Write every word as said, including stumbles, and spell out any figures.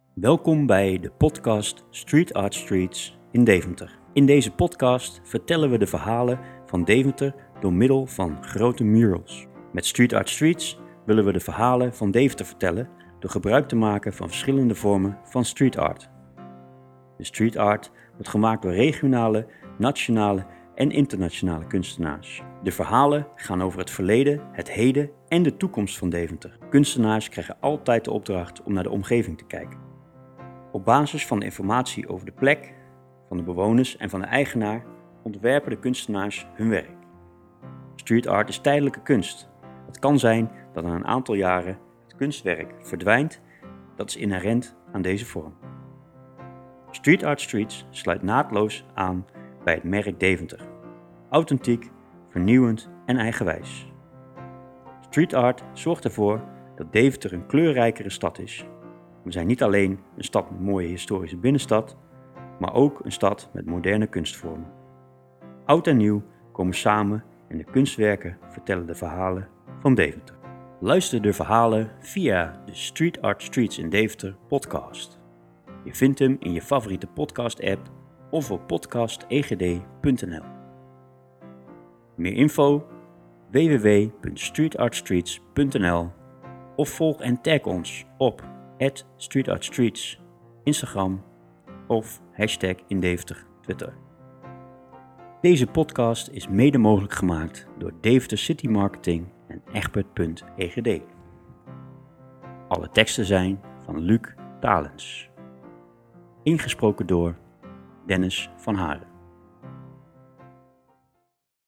Welkom bij de podcast Street Art Streets in Deventer. In deze podcast vertellen we de verhalen van Deventer door middel van grote murals. Met Street Art Streets willen we de verhalen van Deventer vertellen door gebruik te maken van verschillende vormen van street art. De street art wordt gemaakt door regionale, nationale en internationale kunstenaars. De verhalen gaan over het verleden, het heden en de toekomst van Deventer. Kunstenaars krijgen altijd de opdracht om naar de omgeving te kijken. Op basis van de informatie over de plek, van de bewoners en van de eigenaar ontwerpen de kunstenaars hun werk. Street art is tijdelijke kunst. Het kan zijn dat na een aantal jaren het kunstwerk verdwijnt. Dat is inherent aan deze vorm. Street Art Streets sluit naadloos aan bij het merk Deventer. Authentiek, vernieuwend en eigenwijs. Street art zorgt ervoor dat Deventer een kleurrijkere stad is. We zijn niet alleen een stad met een mooie historische binnenstad, maar ook een stad met moderne kunstvormen. Oud en nieuw komen samen en de kunstwerken vertellen de verhalen van Deventer. Luister de verhalen via de Street Art Streets in Deventer podcast. Je vindt hem in je favoriete podcast app of op podcast e g d punt n l. Meer info w w w punt street art streets punt n l of volg en tag ons op at street art streets Instagram of hashtag in Deventer Twitter. Deze podcast is mede mogelijk gemaakt door Deventer City Marketing en egbert punt e g d. Alle teksten zijn van Luc Talens. Ingesproken door Dennis van Haren.